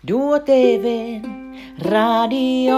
Duo TV:n radio.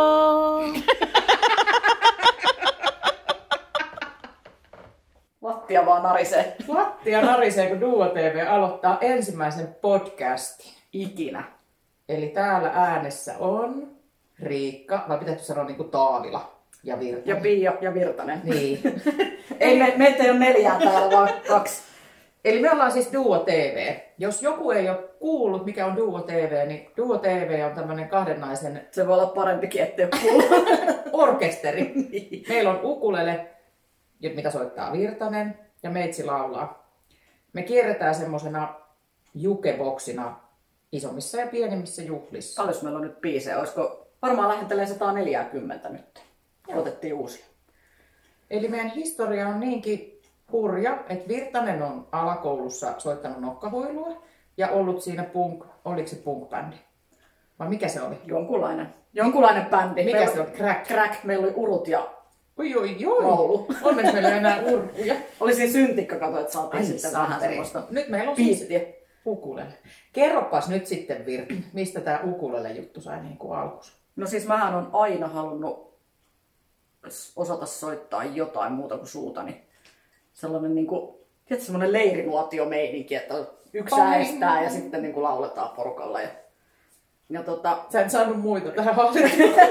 Lattia vaan narisee. Lattia narisee, kun Duo TV aloittaa ensimmäisen podcastin. Ikinä. Eli täällä äänessä on Riikka, vai pitäisikö sanoa niin kuin Taavila ja Virtanen? Ja Pia ja Virtanen. Niin. Meitä ei ole 4 täällä, vaan 2. Eli me ollaan siis Duo TV. Jos joku ei ole kuullut, mikä on Duo TV, niin Duo TV on tämmöinen kahden naisen Se voi olla parempikin, ettei ole kuullut. orkesteri. Meillä on ukulele, mitä soittaa Virtanen, ja meitsi laulaa. Me kierretään semmosena jukeboksina isommissa ja pienemmissä juhlissa. Paljon meillä on nyt biisejä? Olisiko varmaan lähentelee 140 nyt. Otettiin uusia. Eli meidän historia on niinkin hurja, että Virtanen on alakoulussa soittanut nokkahuilua ja ollut siinä oliko se punk-bändi? Vai mikä se oli? Jonkunlainen bändi. Mikä se oli? Crack. Meillä oli urut ja Oi. laulu. Onneksi meillä ei enää urkuja. Oli siinä syntikka, kato, että saatiin sitten vähän santeri. semmoista Nyt meillä on biittiä. siis ukulele. Kerropas nyt sitten Virta, mistä tää ukulele juttu sai niin kuin alkunsa. No siis mähän on aina halunnut osata soittaa jotain muuta kuin suutani. Sellainen niinku, tiedätkö, semmoinen leirinuotio-meininki, että yksi äestää ja sitten niinku lauletaan porukalla. Ja Sä et saanut muita tähän hallitukseen.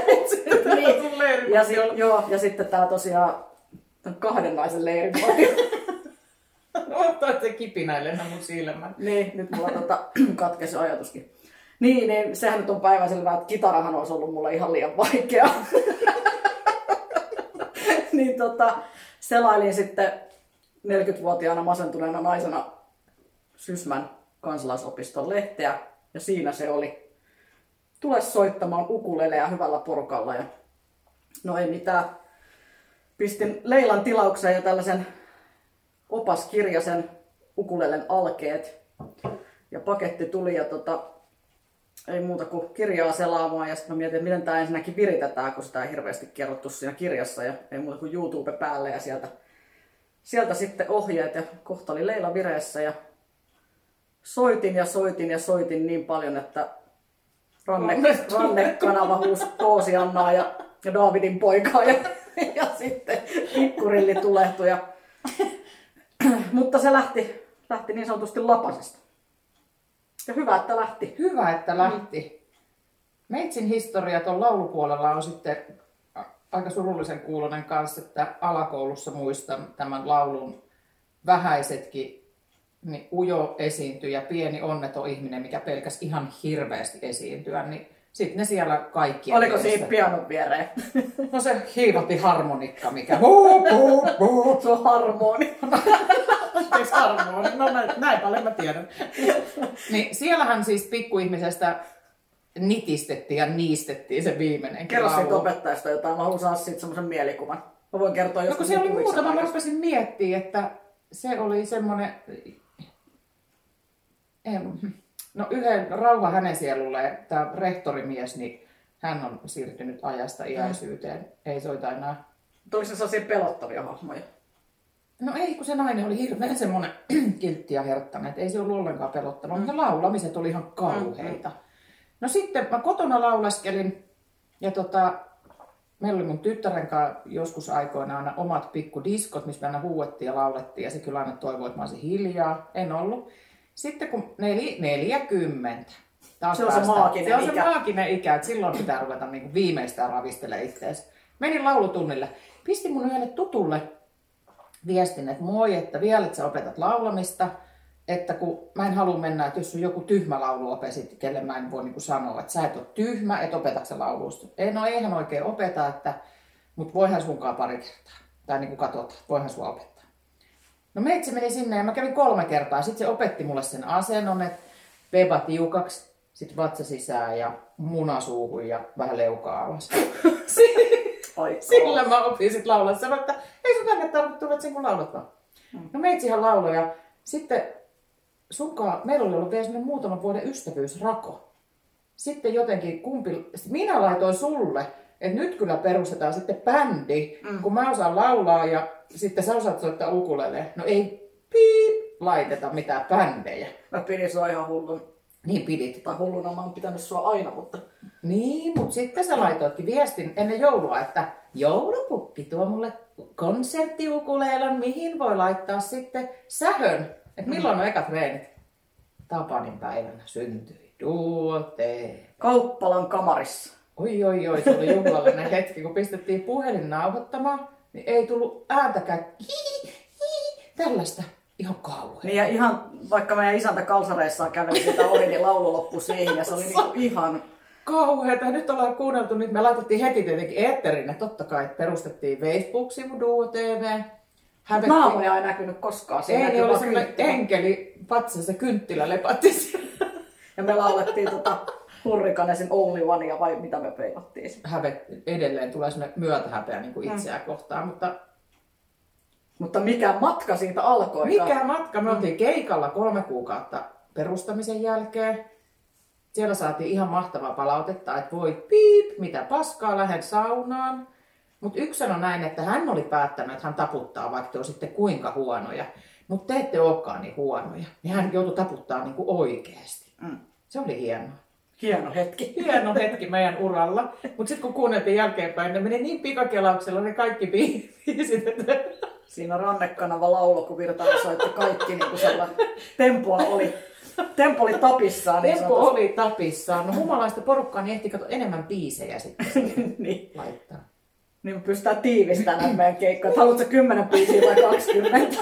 ja sitten tää tosiaan kahden naisen leirinuotio. Ottaa se kipinäilenä mun silmän. Niin, nyt mulla katkesi ajatuskin. Niin, sehän nyt on päivänselvää, että kitarahan olisi ollut mulle ihan liian vaikea. Niin selailin sitten 40-vuotiaana masentuneena naisena Sysmän kansalaisopiston lehteä. Ja siinä se oli. Tule soittamaan ukuleleä hyvällä porukalla. Ja no ei mitään. Pistin Leilan tilaukseen ja tällaisen opaskirjasen ukulelen alkeet. Ja paketti tuli ja ei muuta kuin kirjaa selaamaan. Ja sitten mä mietin, että miten tämä ensinnäkin viritetään, kun sitä ei hirveästi kerrottu siinä kirjassa. Ja ei muuta kuin YouTube päälle ja sieltä sitten ohjeet. Ja kohta oli Leila vireessä ja soitin niin paljon, että Ranne-kanava huusi Toosiannaa ja Daavidin poikaa ja sitten pikkurilli tulehtui. Mutta se lähti niin sanotusti lapasesta. Ja hyvä, että lähti. Hyvä, että lähti. Meitsin historia tuon laulupuolella on sitten aika surullisen kuulonen kanssa, että alakoulussa muistan tämän laulun vähäisetkin niin ujo esiintyjä, pieni onneton ihminen, mikä pelkäsi ihan hirveästi esiintyä, niin sitten ne siellä kaikki. Oliko siinä pianon viereen? No se hiivatti harmonikka, mikä Se on harmoni. Anteeksi harmoni, no näin paljon mä tiedän. Niin siellähän siis pikkuihmisestä nitistettiin ja niistettiin se viimeinen Kerro siitä opettajasta jotain, mä haluan saada siitä semmoisen mielikuvan. Mä voin kertoa joskus. No kun siellä oli muutama, mä rupesin miettimään, että se oli semmoinen. No yhden rauha hänen sielulleen, tämä rehtorimies, niin hän on siirtynyt ajasta iäisyyteen. Ei soita enää. Oliko se sellaisia pelottavia hahmoja? No ei, kun se nainen oli hirveän semmoinen kiltti ja herttainen, että ei se ollut ollenkaan pelottava, mutta laulamiset oli ihan kauheita. No sitten mä kotona laulaskelin ja meillä oli mun tyttären kanssa joskus aikoinaan omat pikkudiskot, missä me aina huuettiin ja laulettiin ja se kyllä aina toivoi, että mä olisin hiljaa. En ollut. Sitten kun 40, se on se maaginen ikä. Se on se maaginen ikä, että silloin pitää ruveta niin viimeistään ravistelemaan itseäsi. Menin laulutunnille. Pistin mun yhdelle tutulle viestin, että moi, että vielä että sä opetat laulamista. Että kun mä en halua mennä, että jos on joku tyhmä lauluope, kelle mä en voi niin sanoa, että sä et ole tyhmä, et opetatko sä laulusta. No eihän oikein opeta, mutta voihan sunkaan pari kertaa. Tai niin kuin katsotaan, voihan sua opettaa. No meitsi meni sinne ja mä kävin 3 kertaa. Sitten se opetti mulle sen asennon, että peba tiukaksi, sitten vatsa sisään ja muna suuhun ja vähän leukaa alas. Sillä mä opin sitten laulaa. Sanoin, että ei sun tänne tarvitse tulla sen kun laulat vaan. No meitsihän lauloi ja sitten meillä oli ollut vielä sellainen muutaman vuoden ystävyysrako. Sitten jotenkin minä laitoin sulle, että nyt kyllä perustetaan sitten bändi, kun mä osaan laulaa ja sitten sä osaat soittaa ukulele. No ei laiteta mitään bändejä. Mä pidin sua ihan hullun Niin pidit. Tai hulluna mä oon pitänyt sua aina, mutta... Niin, mutta sitten sä laitoitkin viestin ennen joulua, että joulupukki tuo mulle konserttiukuleelon, mihin voi laittaa sitten sähön. Että milloin on ekat treenit? Tapanin päivänä syntyi Duo TV. Kauppalan kamarissa. Oi, se oli juhlallinen hetki, kun pistettiin puhelin nauhoittamaan, niin ei tullut ääntäkään. Tällaista. Ihan kauhean. Niin ja ihan, vaikka meidän isäntä kalsareissaan käveli sitä ohi, niin laulu loppui siihen ja se oli niinku ihan... Kauheeta. Nyt ollaan kuunneltu, nyt me laitettiin heti tietenkin eetteriin, että totta kai perustettiin Facebook-sivu Duo TV. Naamoja ei näkynyt koskaan. Ei, niin oli semmoinen enkeli patsassa kynttilä lepatti. Ja me laulettiin Hurrikanesin Only Onea vai mitä me peilattiin. Edelleen tulee semmoinen myötähäpeä niin kuin itseään kohtaan, Mutta mikä matka siitä alkoi? Mikä matka? Me oltiin keikalla 3 kuukautta perustamisen jälkeen. Siellä saatiin ihan mahtavaa palautetta, että voi piip, mitä paskaa, lähden saunaan. Mutta yksi sanoi näin, että hän oli päättänyt, että hän taputtaa, vaikka te on sitten kuinka huonoja. Mutta te ette olekaan niin huonoja. Niin hän joutui taputtaa niin kuin oikeasti. Se oli hienoa. Hieno hetki. Hieno hetki meidän uralla. Mutta sitten kun kuunneltiin jälkeenpäin, ne meni niin pikakelauksella ne kaikki biisit. Siinä Rannekanava laulo, kun Virtanen soitti kaikki niin kuin sellainen. Tempo oli tapissaan. Tempo oli tapissaan. No humalaista porukkaa, niin ehti katsoa enemmän biisejä sitten niin. laittaa. Niin me pystytään tiivistämään näitä meidän keikkoja. Haluatko 10 biisiä vai 20?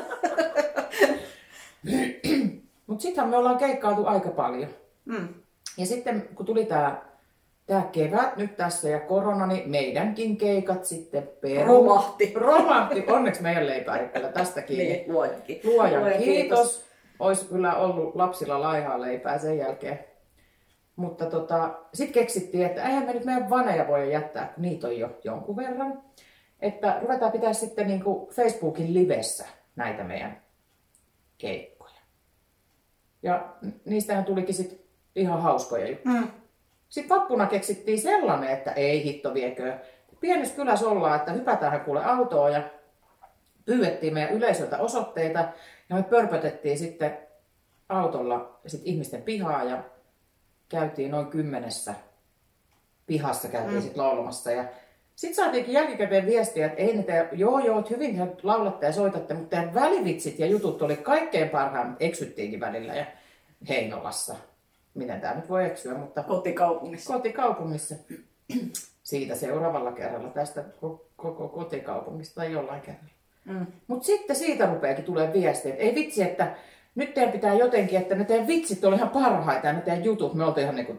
Mutta sittenhän me ollaan keikkailtu aika paljon. Ja sitten kun tuli tää kevät nyt tässä ja korona, niin meidänkin keikat sitten romahti. Onneksi meidän leipää ei kyllä tästä kiinni. Niin, Luojan kiitos. Olisi kyllä ollut lapsilla laihaa leipää sen jälkeen. Mutta sitten keksittiin, että eihän me nyt meidän vaneja voi jättää, kun niitä on jo jonkun verran. Että ruvetaan pitää sitten niin kuin Facebookin livessä näitä meidän keikkoja. Ja niistähän tulikin sitten ihan hauskoja juttuja. Sitten vappuna keksittiin sellainen, että ei hitto viekö. Pienessä kylässä ollaan, että hypätään kuule autoon ja pyydettiin meidän yleisöltä osoitteita. Ja me pörpötettiin sitten autolla sit ihmisten pihaa ja käytiin noin 10 pihassa käytiin sitten laulamassa. Ja sitten saatiinkin jälkikäteen viestiä, että ei ne joo, että hyvin te laulatte ja soitatte, mutta teidän välivitsit ja jutut oli kaikkein parhaan, eksyttiinkin välillä ja Heinolassa. Miten tämä nyt voi eksyä, mutta kotikaupungissa. Siitä seuraavalla kerralla, tästä koko kotikaupungista tai jollain kerralla. Mutta sitten siitä rupeakin tulee viestiä, että ei vitsi, että nyt teidän pitää jotenkin, että ne teidän vitsit oli ihan parhaita ja ne teidän jutut, me oltiin ihan niin kuin,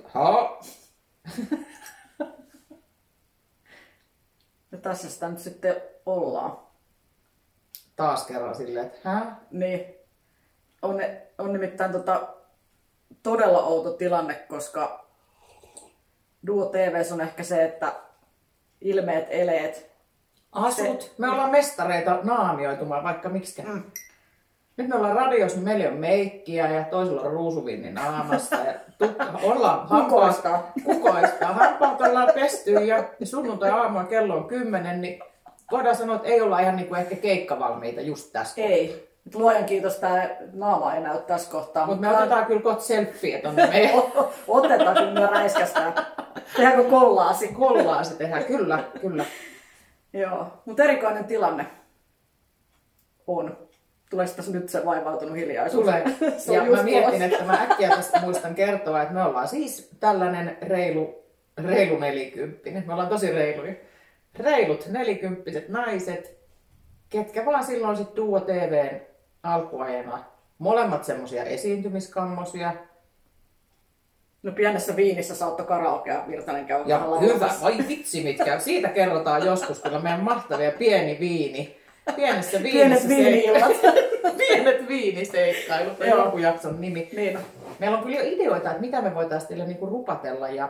Ja tässä sitä nyt sitten ollaan. Taas kerran silleen, että Niin. On nimittäin todella outo tilanne, koska Duo TV:ssä on ehkä se, että ilmeet, eleet, asut. Me ollaan mestareita naamioitumaan vaikka miksikä. Nyt me ollaan radiossa, niin meillä on meikkiä ja toisella on ruusuvinni naamassa. Ja ollaan kukoistaa. Hampaat ollaan pesty ja sunnuntai-aamua kello on 10, niin voidaan sanoa, että ei olla ihan niin kuin ehkä keikkavalmiita just tässä. Ei. Luojan kiitos, tämä naama ei näy tässä kohtaa. Mutta me otetaan kyllä selfie tonne meidän. Otetaan kyllä, me räiskästään. Tehdäänkö kollaasi? Kollaasi tehdään, kyllä. Joo, mutta erikoinen tilanne on. Tulee tässä nyt se vaivautunut hiljaisuus? Tulee. Ja mä mietin, että mä äkkiä tästä muistan kertoa, että me ollaan siis tällainen reilu 40. Me ollaan tosi reiluja. Reilut 40 naiset, ketkä vaan silloin sit Duo TV:n alkuajena. Molemmat semmosia esiintymiskammosia. No pienessä viinissä saattoi karaokea Virtanen käydä. Ja hyvä, vai vitsi mitkä. Siitä kerrotaan joskus, kun on meidän mahtavia pieni viini. Pienessä viinissä Pienet viiniseikkailut on joku jakson nimi. Niin. Meillä on kyllä jo ideoita, että mitä me voitaisiin teille niinku rupatella. Ja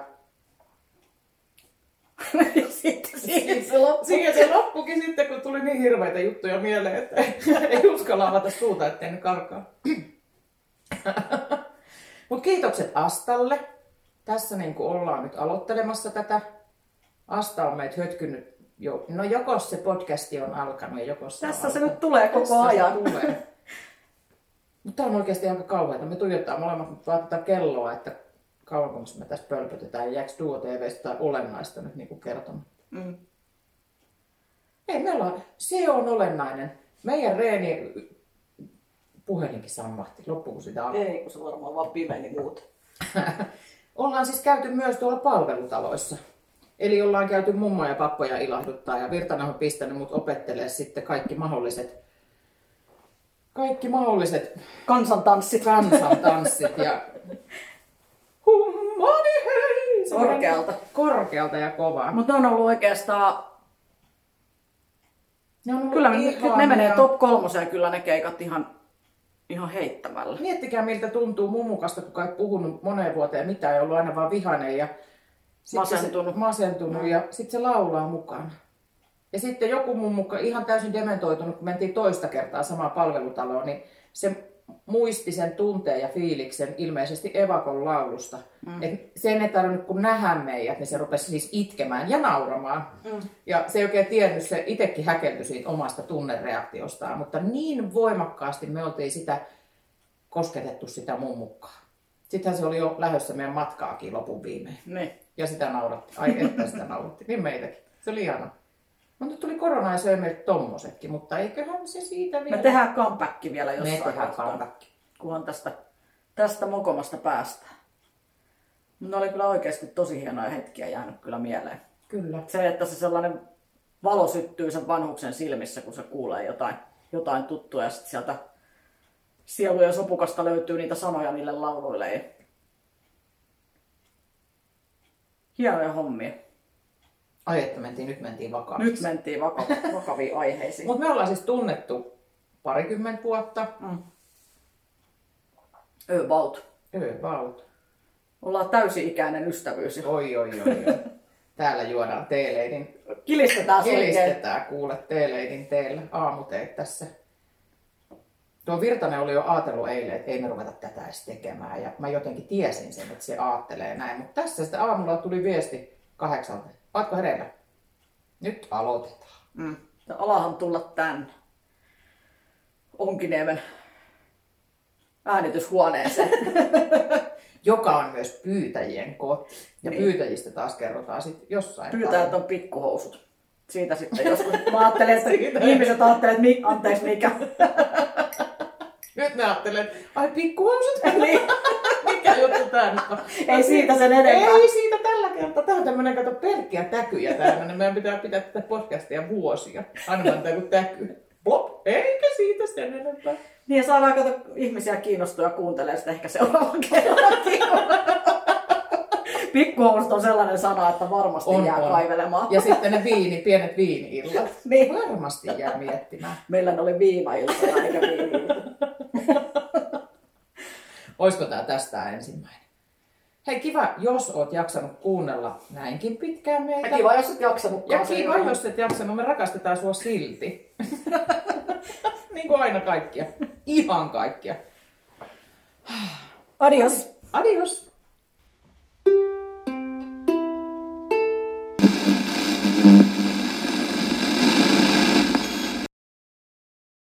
Siihen se loppui. Siihen se loppukin sitten, kun tuli niin hirveitä juttuja mieleen, että ei uskalla avata suuta, ettei ne karkaa. Mut kiitokset Astalle. Tässä niin kuin ollaan nyt aloittelemassa tätä. Asta on meitä hötkynyt jo. No joko se podcasti on alkanut ja joko se tässä se nyt tulee koko ajan. Tulee. Mutta tää on oikeasti aika kauheata. Me tuijottaa molemmat, mutta vaatitaan kelloa, että kauanko me tässä pölpötetään ja jääkö Duo TV:stä tai olennaista nyt niin kuin kertomaan. Ei, se on olennainen. Meidän Reeni puhelinkin sammahti. Loppuuko sitä? Ei, kun se varmaan vaan pimeni muuten. Ollaan siis käyty myös tuolla palvelutaloissa. Eli ollaan käyty mummoja ja pappoja ilahduttaa ja Virtanen on pistänyt mut opettelee sitten kaikki mahdolliset Kansantanssit. kansantanssit ja hummani hei! Korkealta ja kovaa. Mutta ne on ollut oikeastaan... Kyllä ihania. ne menee top 3 kyllä ne keikat ihan heittämällä. Miettikää miltä tuntuu mummukasta, kuka ei puhunut moneen vuoteen mitään ja ollut aina vaan vihainen ja masentunut ja sitten se laulaa mukana. Ja sitten joku mummukka ihan täysin dementoitunut, kun mentiin toista kertaa samaan palvelutaloon, niin se muisti sen tunteen ja fiiliksen ilmeisesti Evakon laulusta. Et sen ei tarvinnut kun nähdä meidät, niin se rupesi siis itkemään ja nauramaan. Ja se ei oikein tiennyt, se itsekin häkeltyi siitä omasta tunnereaktiostaan, mutta niin voimakkaasti me oltiin sitä kosketettu sitä mummukkaa. Sittenhän se oli jo lähdössä meidän matkaakin lopun viimein. Ne. Ja sitä nauratti. Ai että sitä nauratti. Niin meitäkin. Se oli ihana. No nyt tuli korona ja söi meiltä tommosetkin, mutta eiköhän se siitä vielä... Me tehdään comeback vielä jossain. Me tehdään comeback. Kunhan tästä mokomasta päästään. Ne oli kyllä oikeasti tosi hienoja hetkiä jäänyt kyllä mieleen. Kyllä. Se, että se sellainen valo syttyy sen vanhuksen silmissä, kun se kuulee jotain tuttua ja sitten sieltä sielujen sopukasta löytyy niitä sanoja niille lauluille. Hienoja hommia. Ai että nyt mentiin vakaviksi. Nyt mentiin vakaviin aiheisiin. Mutta me ollaan siis tunnettu 20 vuotta. About. Ollaan täysi-ikäinen ystävyys. Oi. Täällä juodaan teeleidin. Kilistetään kuule teeleidin teillä aamuteet tässä. Tuo Virtanen oli jo ajatellut eilen, että ei me ruveta tätä edes tekemään. Ja mä jotenkin tiesin sen, että se aattelee näin. Mutta tässä sitten aamulla tuli viesti 8. Ootko hereillä? Nyt aloitetaan. Alahan tulla tänne Onkiniemen äänityshuoneeseen. Joka on myös pyytäjien koti. Ja niin. Pyytäjistä taas kerrotaan sitten jossain. Pyytäjät on pikkuhousut. Siitä sitten joskus mä ajattelen, että ihmiset ajattelevat, että anteeksi mikä. Nyt ne ajattelee, että ai pikkuhousut? Niin. Mikä juttu tää nyt on? Ei siitä sen enempää. Ei siitä tällä kertaa. Tää on tämmönen kato pelkkiä täkyjä täällä. Meidän pitää pitää tätä podcastia vuosia. Aina vaan joku täky. Plop. Eikä siitä sen enempää. Niin ja saadaan kato ihmisiä kiinnostua ja kuuntelemaan sitä ehkä seuraavan kerrankin. Pikkuhousut on sellainen sana, että varmasti jää kaivelemaan. Ja sitten ne pienet viini-illat. Niin. Varmasti jää miettimään. Meillä oli viinailta eikä viini-ilta. Olisiko tää tästä ensimmäinen? Hei, kiva, jos oot jaksanut kuunnella näinkin pitkään meitä. Ja kiva, jos et jaksanut. Ja kiva, jos et jaksanut. Me rakastetaan sua silti. Niin kuin aina kaikkia. Ihan kaikkia. Adios. Adios.